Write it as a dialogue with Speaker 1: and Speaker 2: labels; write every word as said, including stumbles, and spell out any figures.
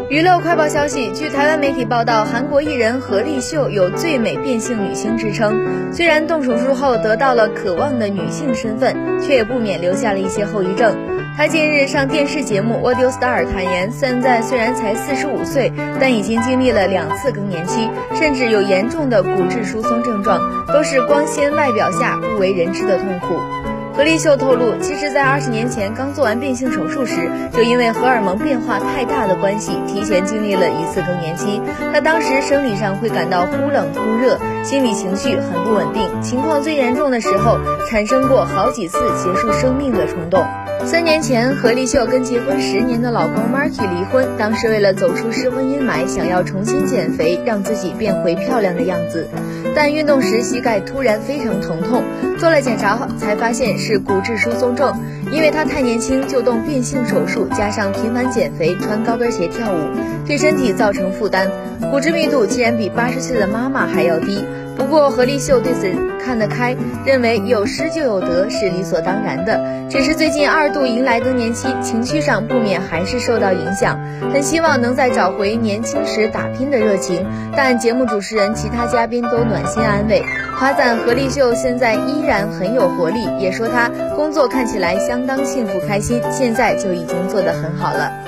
Speaker 1: 娱乐快报消息，据台湾媒体报道，韩国艺人何丽秀有最美变性女星之称。虽然动手术后得到了渴望的女性身份，却也不免留下了一些后遗症。她近日上电视节目《What You Star》坦言，现在虽然才四十五岁，但已经经历了两次更年期，甚至有严重的骨质疏松症状，都是光鲜外表下不为人知的痛苦。何丽秀透露，其实在二十年前刚做完变性手术时，就因为荷尔蒙变化太大的关系，提前经历了一次更年期。她当时生理上会感到忽冷忽热，心理情绪很不稳定，情况最严重的时候，产生过好几次结束生命的冲动。三年前，何丽秀跟结婚十年的老公 Marky 离婚，当时为了走出失婚阴霾，想要重新减肥，让自己变回漂亮的样子。但运动时膝盖突然非常疼痛，做了检查后才发现是骨质疏松症。因为她太年轻就动变性手术，加上频繁减肥、穿高跟鞋跳舞，对身体造成负担，骨质密度竟然比八十岁的妈妈还要低。不过何丽秀对此看得开，认为有失就有得是理所当然的，只是最近二度迎来更年期，情绪上不免还是受到影响，很希望能再找回年轻时打拼的热情。但节目主持人其他嘉宾都暖心安慰，夸赞何丽秀现在依然很有活力，也说她工作看起来相当幸福开心，现在就已经做得很好了。